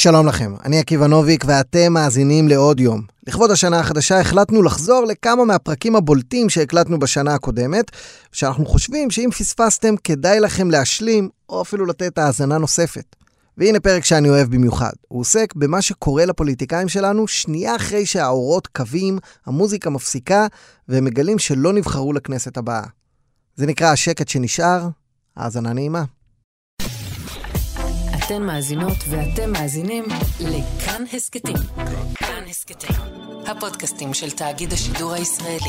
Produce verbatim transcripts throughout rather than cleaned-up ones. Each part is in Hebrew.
שלום לכם, אני עקיבא נוביק ואתם מאזינים לעוד יום. לכבוד השנה החדשה החלטנו לחזור לכמה מהפרקים הבולטים שהקלטנו בשנה הקודמת, שאנחנו חושבים שאם פספסתם כדאי לכם להשלים או אפילו לתת האזנה נוספת. והנה פרק שאני אוהב במיוחד. הוא עוסק במה שקורה לפוליטיקאים שלנו שנייה אחרי שהאורות קווים, המוזיקה מפסיקה והם מגלים שלא נבחרו לכנסת הבאה. זה נקרא השקט שנשאר, האזנה נעימה. אתן מאזינות ואתם מאזינים לכאן הסקטים. כאן הסקטים, הפודקאסטים של תאגיד השידור הישראלי.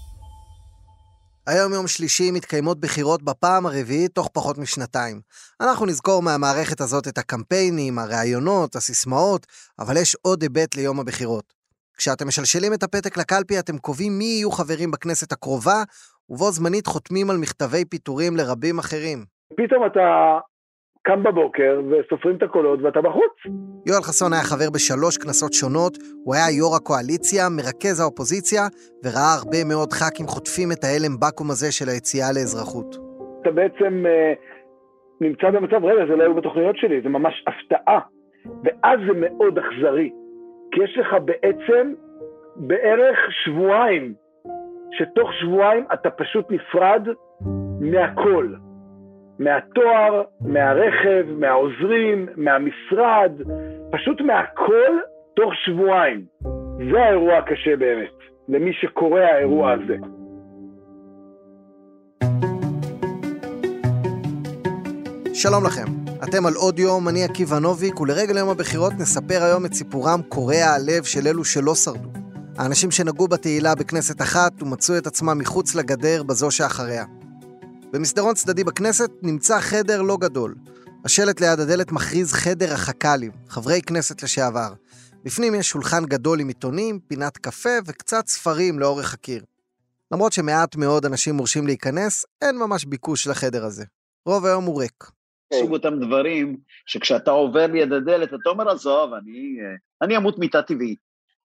היום יום שלישי מתקיימות בחירות בפעם הרביעית תוך פחות משנתיים. אנחנו נזכור מהמערכת הזאת את הקמפיינים, הרעיונות, הסיסמאות, אבל יש עוד היבט ליום הבחירות. כשאתם משלשלים את הפתק לקלפי אתם קובעים מי יהיו חברים בכנסת הקרובה, ובו זמנית חותמים על מכתבי פיטורים לרבים אחרים. פתאום אתה קם בבוקר וסופרים את הקולות ואתה בחוץ. יואל חסון היה חבר בשלוש כנסות שונות, הוא היה יו"ר הקואליציה, מרכז האופוזיציה, וראה הרבה מאוד ח"כים חוטפים את ההלם בקום הזה של היציאה לאזרחות. אתה בעצם אה, נמצא במצב, רגע, זה לא היו בתוכניות שלי, זה ממש הפתעה. ואז זה מאוד אכזרי, כי יש לך בעצם בערך שבועיים, שתוך שבועיים אתה פשוט נפרד מהכל. מהתואר, מהרכב, מהעוזרים, מהמשרד, פשוט מהכל תוך שבועיים. זה האירוע הקשה באמת, למי שקורא האירוע הזה. שלום לכם, אתם על עוד יום, אני עקיבא נוביק, ולרגל יום הבחירות נספר היום את סיפורם קורע הלב של אלו שלא שרדו. האנשים שנגעו בתהילה בכנסת אחת ומצאו את עצמם מחוץ לגדר בזו שאחריה. במסדרון צדדי בכנסת נמצא חדר לא גדול. השלט ליד הדלת מכריז חדר החכ"לים, חברי כנסת לשעבר. בפנים יש שולחן גדול עם עיתונים, פינת קפה וקצת ספרים לאורך הקיר. למרות שמעט מאוד אנשים מורשים להיכנס, אין ממש ביקוש לחדר הזה. רוב היום הוא ריק. סוג אותם דברים שכשאתה עובר ליד הדלת, אתה אומר, עזוב, אני, אני אמות מיטה טבעית.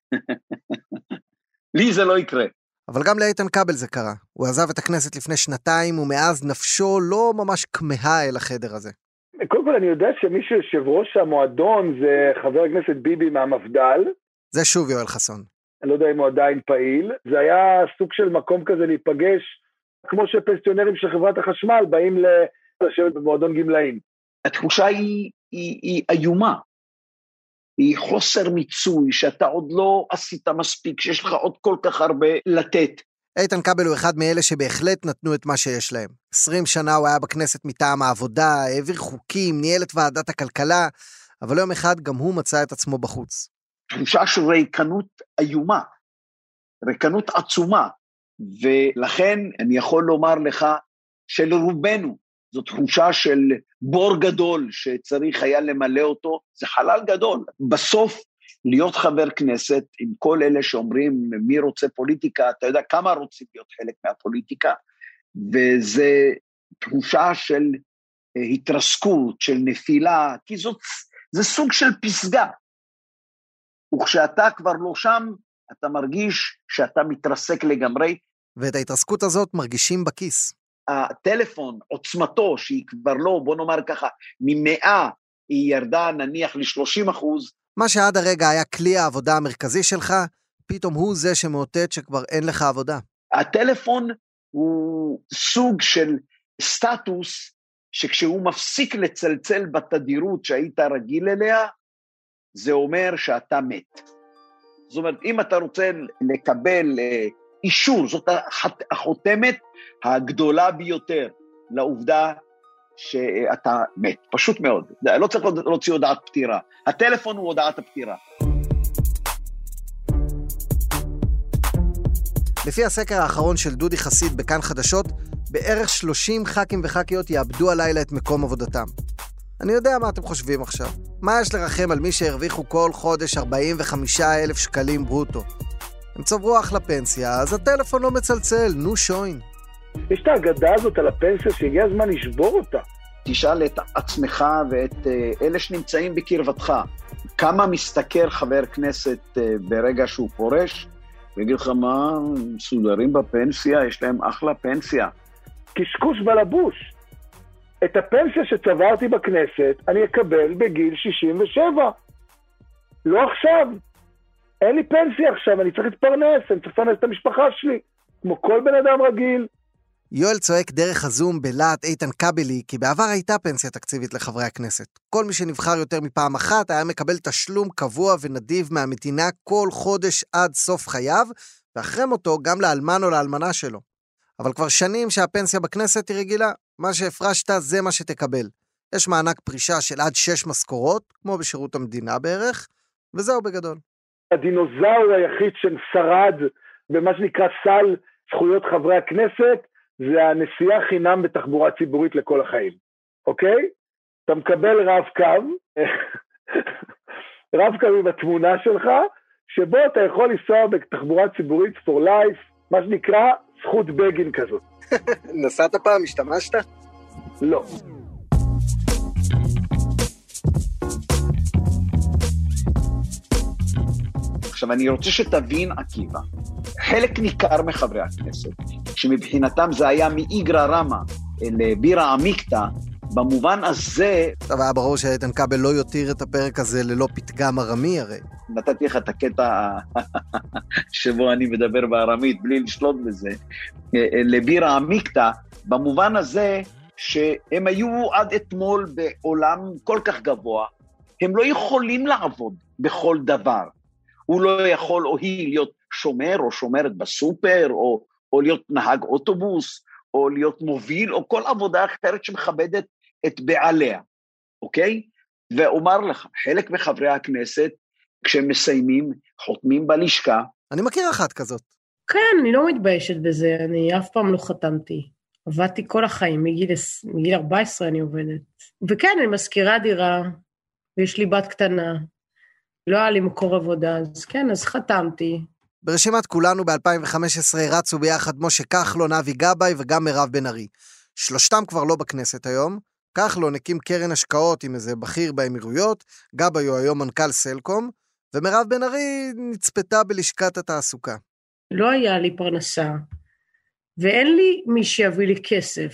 לי זה לא יקרה. אבל גם לאיתן כבל זה קרה. הוא עזב את הכנסת לפני שנתיים, ומאז נפשו לא ממש כמהה אל החדר הזה. קודם כל אני יודע שמי שיושב ראש המועדון זה חבר הכנסת ביבי מהמפד"ל. זה שוב יואל חסון. אני לא יודע אם הוא עדיין פעיל. זה היה סוג של מקום כזה להיפגש, כמו שפנסיונרים של חברת החשמל באים לשבת במועדון גמלאים. התחושה היא, היא, היא איומה. היא חוסר מיצוי, שאתה עוד לא עשית מספיק, שיש לך עוד כל כך הרבה לתת. איתן כבל הוא אחד מאלה שבהחלט נתנו את מה שיש להם. עשרים שנה הוא היה בכנסת מטעם העבודה, העביר חוקים, ניהל את ועדת הכלכלה, אבל יום אחד גם הוא מצא את עצמו בחוץ. תחושה של ריקנות איומה, ריקנות עצומה, ולכן אני יכול לומר לך שלרובנו, זו תחושה של בור גדול שצריך היה למלא אותו, זה חלל גדול. בסוף להיות חבר כנסת, עם כל אלה שאומרים מי רוצה פוליטיקה, אתה יודע כמה רוצים להיות חלק מהפוליטיקה, וזה תחושה של התרסקות, של נפילה, כי זאת, זה סוג של פסגה. וכשאתה כבר לא שם, אתה מרגיש שאתה מתרסק לגמרי. ואת ההתרסקות הזאת מרגישים בכיס. הטלפון, עוצמתו, שהיא כבר לא, בוא נאמר ככה, ממאה היא ירדה נניח ל-שלושים אחוז. מה שעד הרגע היה כלי העבודה המרכזי שלך, פתאום הוא זה שמאותת שכבר אין לך עבודה. הטלפון הוא סוג של סטטוס, שכשהוא מפסיק לצלצל בתדירות שהיית רגיל אליה, זה אומר שאתה מת. זאת אומרת, אם אתה רוצה לקבל אישור, זאת החותמת הגדולה ביותר לעובדה שאתה מת, פשוט מאוד. לא צריך להוציא הודעת פטירה. הטלפון הוא הודעת הפטירה. לפי הסקר האחרון של דודי חסיד בכאן חדשות, בערך שלושים ח"כים וח"כיות יאבדו הלילה את מקום עבודתם. אני יודע מה אתם חושבים עכשיו. מה יש לרחם על מי שהרוויחו כל חודש ארבעים וחמישה אלף שקלים ברוטו? הם צברו אחלה פנסיה, אז הטלפון לא מצלצל, נו שוין. יש את ההגדה הזאת על הפנסיה שהגיע הזמן לשבור אותה. תשאל את עצמך ואת אלה שנמצאים בקרבתך, כמה מסתכר חבר כנסת ברגע שהוא פורש, ויגיד לך מה, מסודרים בפנסיה, יש להם אחלה פנסיה. קשקוש בלבוש. את הפנסיה שצברתי בכנסת, אני אקבל בגיל שישים ושבע. לא עכשיו. אין לי פנסיה עכשיו, אני צריך להתפרנס, אני צריך לפרנס את המשפחה שלי, כמו כל בן אדם רגיל. יואל צועק דרך הזום בלהט איתן קבלי, כי בעבר הייתה פנסיה תקציבית לחברי הכנסת. כל מי שנבחר יותר מפעם אחת היה מקבל תשלום קבוע ונדיב מהמדינה כל חודש עד סוף חייו, ואחרי מותו גם לאלמן או לאלמנה שלו. אבל כבר שנים שהפנסיה בכנסת היא רגילה, מה שהפרשת זה מה שתקבל. יש מענק פרישה של עד שש משכורות, כמו בשירות המדינה בערך, וזהו בגדול. הדינוזאור היחיד ששרד במה שנקרא סל זכויות חברי הכנסת, זה הנסיעה חינם בתחבורה ציבורית לכל החיים, אוקיי? אתה מקבל רב קו, רב קו עם התמונה שלך, שבו אתה יכול לנסוע בתחבורה ציבורית for life, מה שנקרא זכות בגין כזאת. נסעת פעם, השתמשת? לא. עכשיו אני רוצה שתבין, עקיבא, חלק ניכר מחברי הכנסת, שמבחינתם זה היה מאיגרא רמא לבירא עמיקתא, במובן הזה... טוב, היה ברור שאיתן כבל לא יותיר את הפרק הזה ללא פתגם ארמי הרי. נתתי לך את הקטע שבו אני מדבר בארמית, בלי לשלוט בזה, לבירא עמיקתא, במובן הזה שהם היו עד אתמול בעולם כל כך גבוה, הם לא יכולים לעבוד בכל דבר. הוא לא יכול או היא להיות שומר או שומרת בסופר, או, או להיות נהג אוטובוס, או להיות מוביל, או כל עבודה אחרת שמכבדת את בעליה, אוקיי? ואומר לך, חלק מחברי הכנסת, כשהם מסיימים, חותמים בלשכה. אני מכיר אחת כזאת. כן, אני לא מתביישת בזה, אני אף פעם לא חתמתי. עבדתי כל החיים, מגיל, מגיל ארבע עשרה אני עובדת. וכן, אני מזכירה דירה, ויש לי בת קטנה, לא היה לי מקור עבודה, אז כן, אז חתמתי. ברשימת כולנו ב-אלפיים וחמש עשרה רצו ביחד משה כחלון, אבי גבאי וגם מירב בן ארי. שלושתם כבר לא בכנסת היום. כחלון הקים קרן השקעות עם איזה בכיר באמירויות, גבאי הוא היום מנכ"ל סלקום, ומירב בן ארי נצפתה בלשכת התעסוקה. לא היה לי פרנסה, ואין לי מי שיביא לי כסף.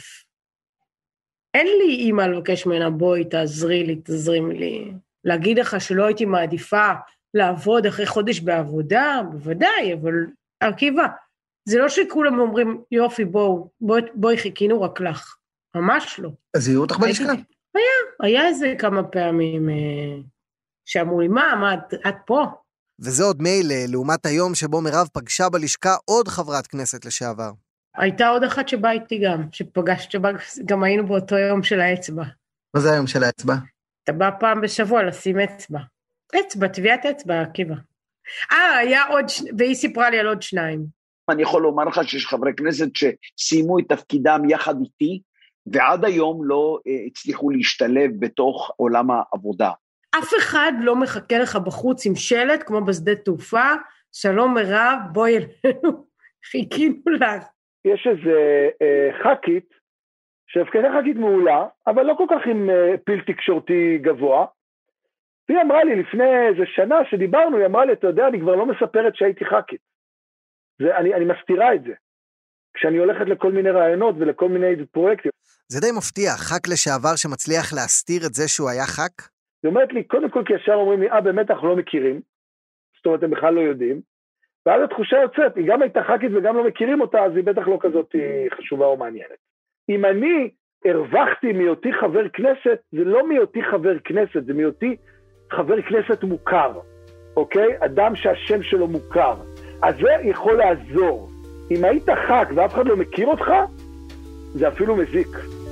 אין לי אימא לבקש ממנה, בואי תעזרי לי, תזרימי לי. להגיד לך שלא הייתי מעדיפה לעבוד אחרי חודש בעבודה, בוודאי, אבל עקיבא, זה לא שכולם אומרים, יופי, בואו, בואי, בואי חיכינו רק לך. ממש לא. אז יהיו אותך בלשכה? היה, היה איזה כמה פעמים אה, שאמרו לי, מה, מה, את, את פה? וזה עוד מילא, לעומת היום שבו מירב פגשה בלשכה עוד חברת כנסת לשעבר. הייתה עוד אחת שבאה איתי גם, שפגשת, גם היינו באותו יום של האצבע. מה זה היום של האצבע? אתה בא פעם בשבוע לשים אצבע. אצבע, טביעת אצבע, עקיבא. אה, היה עוד, והיא סיפרה לי על עוד שניים. אני יכול לומר לך שיש חברי כנסת שסיימו את תפקידם יחד איתי, ועד היום לא הצליחו להשתלב בתוך עולם העבודה. אף אחד לא מחכה לך בחוץ עם שלט, כמו בשדה תעופה, שלום מירב, בואי אלינו, חיכינו לך. יש איזה אה, חכית, שהפקדה חכית מעולה, אבל לא כל כך עם אה, פיל תקשורתי גבוה, והיא אמרה לי לפני איזה שנה שדיברנו, היא אמרה לי, אתה יודע, אני כבר לא מספרת שהייתי חכית. זה, אני, אני מסתירה את זה. כשאני הולכת לכל מיני רעיונות ולכל מיני פרויקטים. זה די מפתיע, חק לשעבר שמצליח להסתיר את זה שהוא היה חק? זאת אומרת לי, קודם כל כי ישר אומרים לי, אה, באמת אנחנו לא מכירים, זאת אומרת, הם בכלל לא יודעים, ואז התחושה יוצאת, היא גם הייתה חקית וגם לא מכירים אותה, אז היא בטח לא כזאת חשובה או מעניינת. אם אני הרווחתי מהיותי חבר כנסת, זה לא מהיותי חבר כנסת, זה מהיותי חבר כנסת מוכר, אוקיי? אדם שהשם שלו מוכר. אז זה יכול לעזור. אם היית חק ואף אחד לא מכיר אותך, זה אפילו מזיק.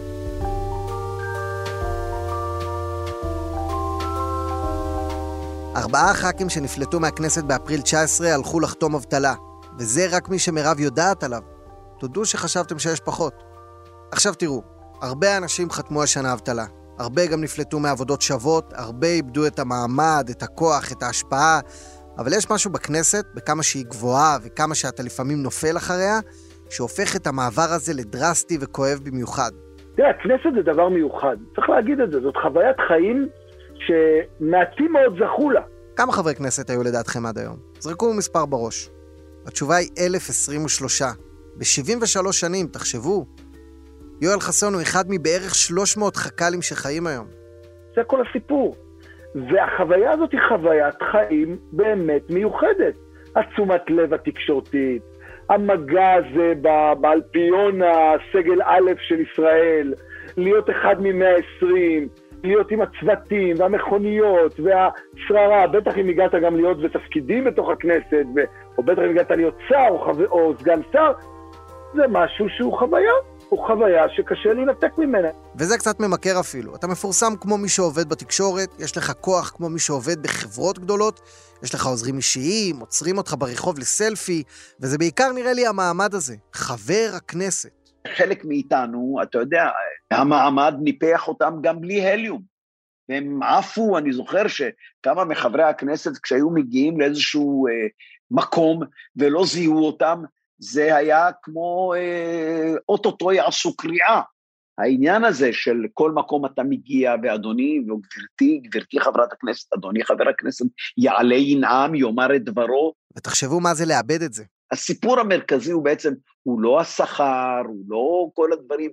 ארבעה ח"כים שנפלטו מהכנסת באפריל תשע עשרה הלכו לחתום אבטלה, וזה רק מי שמירב יודעת עליו. תודו שחשבתם שיש פחות. עכשיו תראו, הרבה אנשים חתמו השנה אבטלה. הרבה גם נפלטו מעבודות שוות, הרבה איבדו את המעמד, את הכוח, את ההשפעה, אבל יש משהו בכנסת, בכמה שהיא גבוהה וכמה שאתה לפעמים נופל אחריה, שהופך את המעבר הזה לדרסטי וכואב במיוחד. תראה, הכנסת זה דבר מיוחד, צריך להגיד את זה, זאת חוויית חיים שמעטים מאוד זכו לה. כמה חברי כנסת היו לדעתכם עד היום? זרקו מספר בראש. התשובה היא אלף עשרים ושלוש. ב-שבעים ושלוש שנים, תחשבו. יואל חסון הוא אחד מבערך שלוש מאות חכ"לים שחיים היום. זה כל הסיפור. והחוויה הזאת היא חוויית חיים באמת מיוחדת. התשומת לב התקשורתית, המגע הזה באלפיון הסגל א' של ישראל, להיות אחד מ-מאה ועשרים, להיות עם הצוותים והמכוניות והשררה, בטח אם הגעת גם להיות בתפקידים בתוך הכנסת, או בטח אם הגעת להיות שר או, חו... או סגן שר, זה משהו שהוא חוויה, הוא חוויה שקשה להינתק ממנה. וזה קצת ממכר אפילו. אתה מפורסם כמו מי שעובד בתקשורת, יש לך כוח כמו מי שעובד בחברות גדולות, יש לך עוזרים אישיים, עוצרים אותך ברחוב לסלפי, וזה בעיקר נראה לי המעמד הזה, חבר הכנסת. חלק מאיתנו, אתה יודע, המעמד ניפח אותם גם בלי הליום. והם עפו, אני זוכר שכמה מחברי הכנסת, כשהיו מגיעים לאיזשהו אה, מקום ולא זיהו אותם, זה היה כמו אה, אוטוטו יעשו קריאה. העניין הזה של כל מקום אתה מגיע, ואדוני וגברתי, גברתי חברת הכנסת, אדוני חבר הכנסת, יעלה ינעם, יאמר את דברו. ותחשבו מה זה לאבד את זה. הסיפור המרכזי הוא בעצם, הוא לא השכר, הוא לא כל הדברים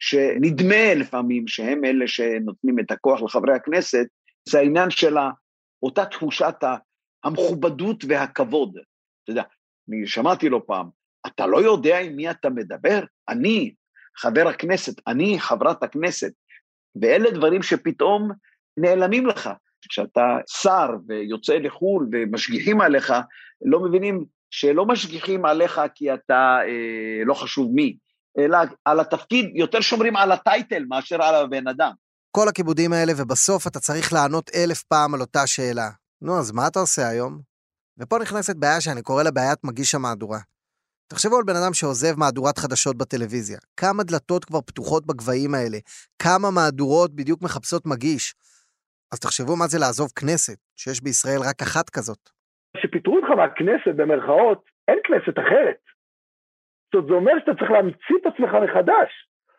שנדמה לפעמים שהם אלה שנותנים את הכוח לחברי הכנסת, זה העניין של אותה תחושת המכובדות והכבוד. אתה יודע, אני שמעתי לו פעם, אתה לא יודע עם מי אתה מדבר? אני, חבר הכנסת, אני, חברת הכנסת, ואלה דברים שפתאום נעלמים לך. כשאתה שר ויוצא לחול ומשגיחים עליך, לא מבינים שלא משגיחים עליך כי אתה אה, לא חשוב מי, אלא על התפקיד, יותר שומרים על הטייטל מאשר על הבן אדם. כל הכיבודים האלה, ובסוף אתה צריך לענות אלף פעם על אותה שאלה. נו, אז מה אתה עושה היום? ופה נכנסת בעיה שאני קורא לה בעיית מגיש המהדורה. תחשבו על בן אדם שעוזב מהדורת חדשות בטלוויזיה. כמה דלתות כבר פתוחות בגבהים האלה, כמה מהדורות בדיוק מחפשות מגיש. אז תחשבו מה זה לעזוב כנסת, שיש בישראל רק אחת כזאת. שפיתרו אותך מהכנסת במרכאות, אין כנסת אחרת. זאת אומרת, זה אומר שאתה צריך להמציא את עצמך מחדש,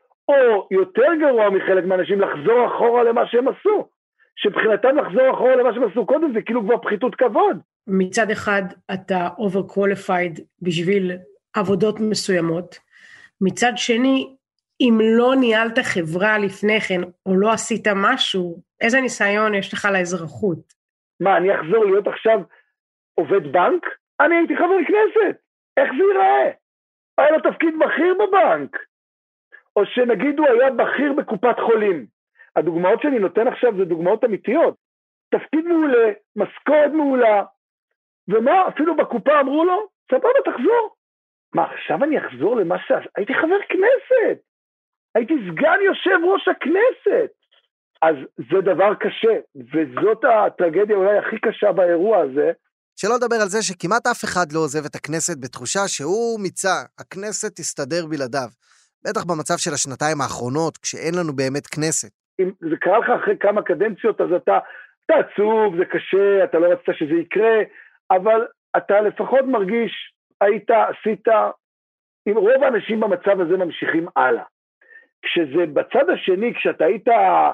או יותר גרוע מחלק מהאנשים לחזור אחורה למה שהם עשו, שבחינתם לחזור אחורה למה שהם עשו קודם, זה כאילו כבר פחיתות כבוד. מצד אחד אתה overqualified בשביל עבודות מסוימות, מצד שני, אם לא ניהלת חברה לפני כן, או לא עשית משהו, איזה ניסיון יש לך לאזרחות? מה, אני אחזור להיות עכשיו עובד בנק? אני הייתי חבר כנסת. איך זה ייראה? היה לו תפקיד בכיר בבנק. או שנגיד הוא היה בכיר בקופת חולים. הדוגמאות שאני נותן עכשיו זה דוגמאות אמיתיות. תפקיד מעולה, משכורת מעולה, ומה, אפילו בקופה אמרו לו, סבבה, תחזור. מה, עכשיו אני אחזור למה ש... הייתי חבר כנסת. הייתי סגן יושב ראש הכנסת. אז זה דבר קשה, וזאת הטרגדיה אולי הכי קשה באירוע הזה. שלא לדבר על זה שכמעט אף אחד לא עוזב את הכנסת בתחושה שהוא מיצה, הכנסת תסתדר בלעדיו. בטח במצב של השנתיים האחרונות, כשאין לנו באמת כנסת. אם זה קרה לך אחרי כמה קדנציות, אז אתה, אתה עצוב, זה קשה, אתה לא רצית שזה יקרה, אבל אתה לפחות מרגיש, היית, עשית, עם רוב האנשים במצב הזה ממשיכים הלאה. כשזה בצד השני, כשאתה היית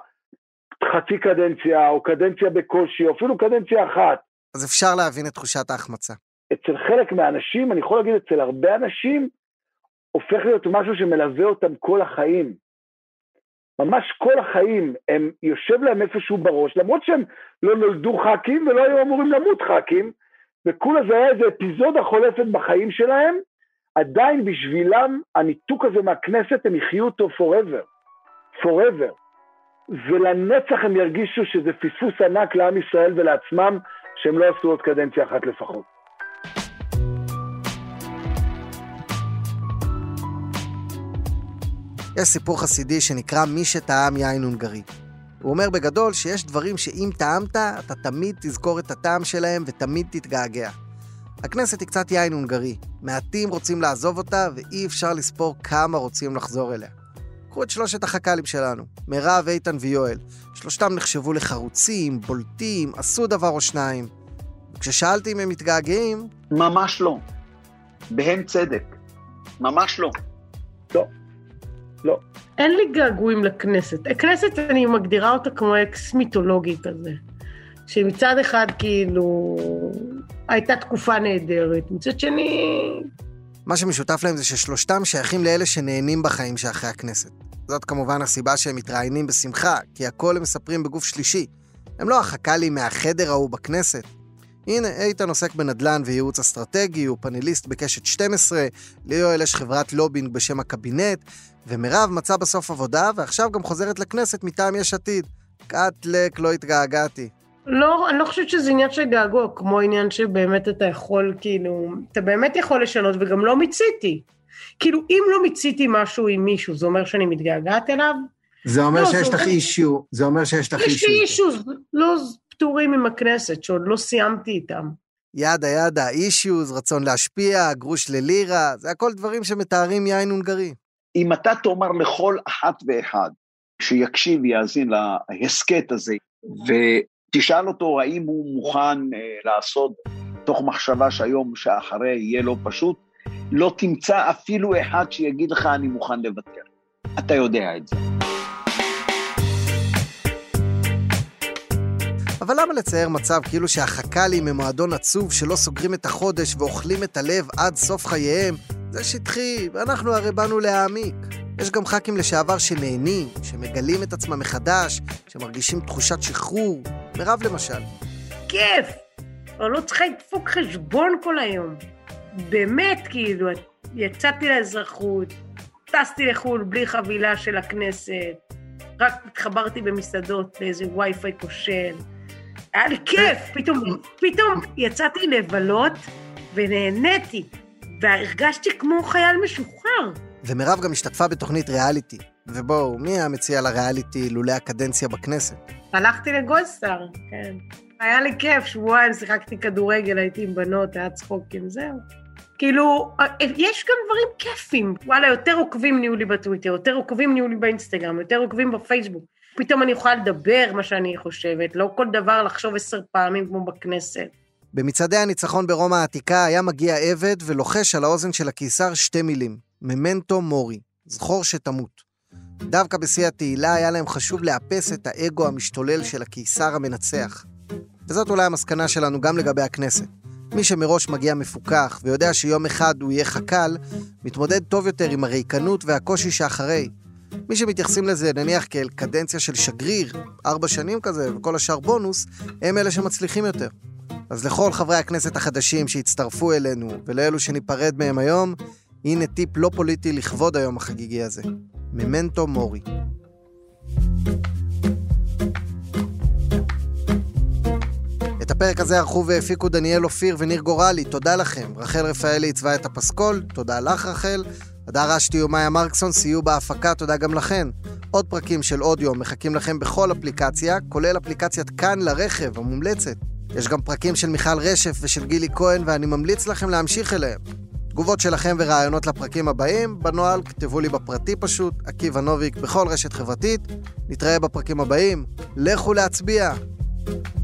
חצי קדנציה, או קדנציה בקושי, או אפילו קדנציה אחת, אז אפשר להבין את תחושת ההחמצה. אצל חלק מהאנשים, אני יכול להגיד אצל הרבה אנשים, הופך להיות משהו שמלווה אותם כל החיים. ממש כל החיים, הם יושב להם איפשהו בראש, למרות שהם לא נולדו ח"כים, ולא היו אמורים למות ח"כים, וכולה זה היה איזו אפיזודה חולפת בחיים שלהם, עדיין בשבילם, הניתוק הזה מהכנסת, הם יחיו אותו forever. forever. ולנצח הם ירגישו שזה פספוס ענק לעם ישראל ולעצמם, שהם לא עשו עוד קדנציה אחת לפחות. יש סיפור חסידי שנקרא מי שטעם יין הונגרי. הוא אומר בגדול שיש דברים שאם טעמת, אתה תמיד תזכור את הטעם שלהם ותמיד תתגעגע. הכנסת היא קצת יין הונגרי. מעטים רוצים לעזוב אותה ואי אפשר לספור כמה רוצים לחזור אליה. קחו את שלושת החכ"לים שלנו, מירב, איתן ויואל. שלושתם נחשבו לחרוצים, בולטים, עשו דבר או שניים. וכששאלתי אם הם מתגעגעים... ממש לא. בהם צדק. ממש לא. לא. לא. אין לי געגועים לכנסת. הכנסת אני מגדירה אותה כמו אקס מיתולוגי כזה. שמצד אחד כאילו הייתה תקופה נהדרת. מצד שני... מה שמשותף להם זה ששלושתם שייכים לאלה שנהנים בחיים שאחרי הכנסת. זאת כמובן הסיבה שהם מתראיינים בשמחה, כי הכל הם מספרים בגוף שלישי. הם לא החכ"לים מהחדר ההוא בכנסת. הנה, איתן עוסק בנדל"ן וייעוץ אסטרטגי, הוא פאנליסט בקשת שתים עשרה, ליואל יש חברת לובינג בשם הקבינט, ומירב מצא בסוף עבודה, ועכשיו גם חוזרת לכנסת מטעם יש עתיד. קטלק, לא התגעגעתי. לא, אני לא חושבת שזה עניין של געגוע, כמו עניין שבאמת אתה יכול, כאילו, אתה באמת יכול לשנות, וגם לא מיציתי. כאילו, אם לא מיציתי משהו עם מישהו, זה אומר שאני מתגעגעת אליו? זה אומר לא, שיש זה לך אומר... אישיו, זה אומר שיש לך אישיו. יש לי אישיו, לא פטורים עם הכנסת, שעוד לא סיימתי איתם. ידה ידה, אישיוז, רצון להשפיע, גרוש ללירה, זה הכל דברים שמתארים יין הונגרי. אם אתה תאמר לכל אחת ואחד, שיקשיב יאזין להסקט הזה, ותשאל אותו האם הוא מוכן לעשות תוך מחשבה שהיום שאחרי יהיה לו פשוט, לא תמצא אפילו אחד שיגיד לך אני מוכן לוותר. אתה יודע את זה. אבל למה לצייר מצב כאילו שהחכ"לים הם מועדון עצוב שלא סוגרים את החודש ואוכלים את הלב עד סוף חייהם? זה שטחי, ואנחנו הרי באנו להעמיק. יש גם ח"כים לשעבר שנהנים, שמגלים את עצמם מחדש, שמרגישים תחושת שחרור. מירב למשל. כיף! אבל לא צריכה לדפוק חשבון כל היום. באמת, כאילו, יצאתי לאזרחות, טסתי לחול בלי חבילה של הכנסת, רק התחברתי במסעדות לאיזה וי-פיי כושל. היה לי כיף, פתאום, פתאום יצאתי לבלות ונהניתי, והרגשתי כמו חייל משוחרר. ומירב גם השתתפה בתוכנית ריאליטי, ובואו, מי היה מציע לריאליטי לולא הקדנציה בכנסת? הלכתי לגולדסטאר, כן. היה לי כיף, שבועיים שיחקתי כדורגל, הייתי עם בנות, היה צחוקים, זהו. כאילו, יש גם דברים כיפים. וואלה, יותר עוקבים נהיו לי בטוויטר, יותר עוקבים נהיו לי באינסטגרם, יותר עוקבים בפייסבוק. פתאום אני יכולה לדבר מה שאני חושבת, לא כל דבר לחשוב עשר פעמים כמו בכנסת. במצעדי הניצחון ברומא העתיקה היה מגיע עבד ולוחש על האוזן של הקיסר שתי מילים, ממנטו מורי, זכור שתמות. דווקא בשיא התהילה היה להם חשוב לאפס את האגו המשתולל של הקיסר המנצח. וזאת אולי המסקנה שלנו גם לגבי הכנסת. מי שמראש מגיע מפוקח ויודע שיום אחד הוא יהיה חכ"ל, מתמודד טוב יותר עם הריקנות והקושי שאחרי. מי שמתייחסים לזה נניח כאל קדנציה של שגריר, ארבע שנים כזה וכל השאר בונוס, הם אלה שמצליחים יותר. אז לכל חברי הכנסת החדשים שהצטרפו אלינו ולאלו שניפרד מהם היום, הנה טיפ לא פוליטי לכבוד היום החגיגי הזה. ממנטו מורי. את הפרק הזה ערכו והפיקו דניאל אופיר וניר גורלי, תודה לכם. רחל רפאלי עיצבה את הפסקול, תודה לך רחל. הדר אשתי ומאיה מרקסון סייעו בהפקה, תודה גם לכן. עוד פרקים של אודיו מחכים לכם בכל אפליקציה, כולל אפליקציית כאן לרכב המומלצת. יש גם פרקים של מיכל רשף ושל גילי כהן, ואני ממליץ לכם להמשיך אליהם. תגובות שלכם ורעיונות לפרקים הבאים, בנועל כתבו לי בפרטי פשוט, עקיבא נוביק בכל רשת חברתית. נתראה בפרקים הבאים, לכו להצביע.